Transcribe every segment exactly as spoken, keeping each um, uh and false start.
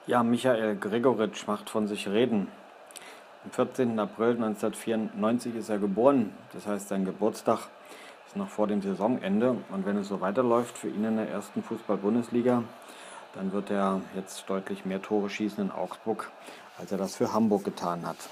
Ja, Michael Gregoritsch macht von sich reden. Am vierzehnten April neunzehnhundertvierundneunzig ist er geboren. Das heißt, sein Geburtstag ist noch vor dem Saisonende. Und wenn es so weiterläuft für ihn in der ersten Fußball-Bundesliga, dann wird er jetzt deutlich mehr Tore schießen in Augsburg, als er das für Hamburg getan hat.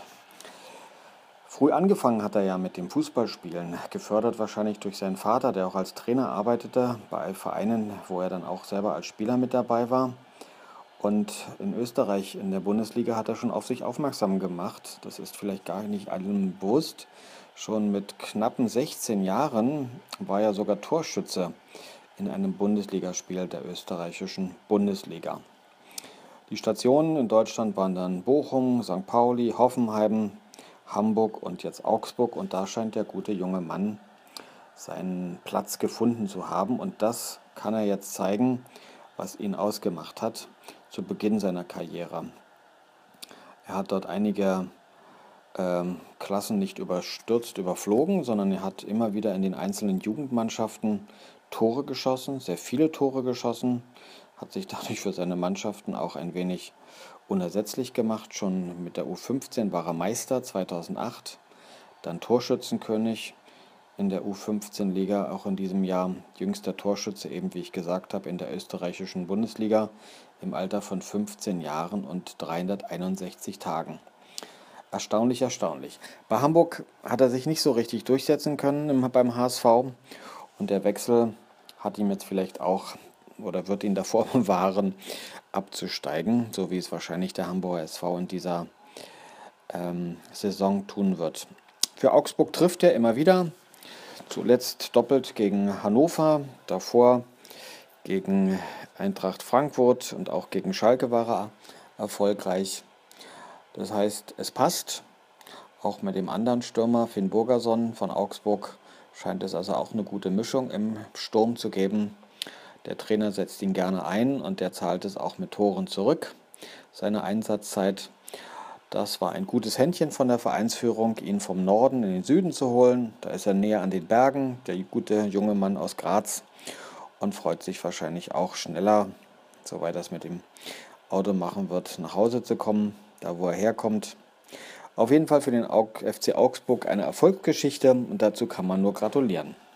Früh angefangen hat er ja mit dem Fußballspielen, gefördert wahrscheinlich durch seinen Vater, der auch als Trainer arbeitete, bei Vereinen, wo er dann auch selber als Spieler mit dabei war. Und in Österreich, in der Bundesliga, hat er schon auf sich aufmerksam gemacht. Das ist vielleicht gar nicht allen bewusst. Schon mit knappen sechzehn Jahren war er sogar Torschütze in einem Bundesligaspiel der österreichischen Bundesliga. Die Stationen in Deutschland waren dann Bochum, Sankt Pauli, Hoffenheim, Hamburg und jetzt Augsburg. Und da scheint der gute junge Mann seinen Platz gefunden zu haben. Und das kann er jetzt zeigen, was ihn ausgemacht hat zu Beginn seiner Karriere. Er hat dort einige ähm, Klassen nicht überstürzt, überflogen, sondern er hat immer wieder in den einzelnen Jugendmannschaften Tore geschossen, sehr viele Tore geschossen, hat sich dadurch für seine Mannschaften auch ein wenig unersetzlich gemacht. Schon mit der U fünfzehn war er Meister zweitausendacht, dann Torschützenkönig in der U fünfzehn Liga, auch in diesem Jahr jüngster Torschütze, eben wie ich gesagt habe, in der österreichischen Bundesliga im Alter von fünfzehn Jahren und dreihunderteinundsechzig Tagen. Erstaunlich, erstaunlich. Bei Hamburg hat er sich nicht so richtig durchsetzen können beim H S V und der Wechsel hat ihm jetzt vielleicht auch oder wird ihn davor bewahren, abzusteigen, so wie es wahrscheinlich der Hamburger S V in dieser ähm, Saison tun wird. Für Augsburg trifft er immer wieder. Zuletzt doppelt gegen Hannover, davor gegen Eintracht Frankfurt und auch gegen Schalke war er erfolgreich. Das heißt, es passt. Auch mit dem anderen Stürmer, Finn Burgerson von Augsburg, scheint es also auch eine gute Mischung im Sturm zu geben. Der Trainer setzt ihn gerne ein und der zahlt es auch mit Toren zurück, seine Einsatzzeit. Das war ein gutes Händchen von der Vereinsführung, ihn vom Norden in den Süden zu holen. Da ist er näher an den Bergen, der gute junge Mann aus Graz, und freut sich wahrscheinlich auch schneller, soweit er es mit dem Auto machen wird, nach Hause zu kommen, da wo er herkommt. Auf jeden Fall für den F C Augsburg eine Erfolgsgeschichte und dazu kann man nur gratulieren.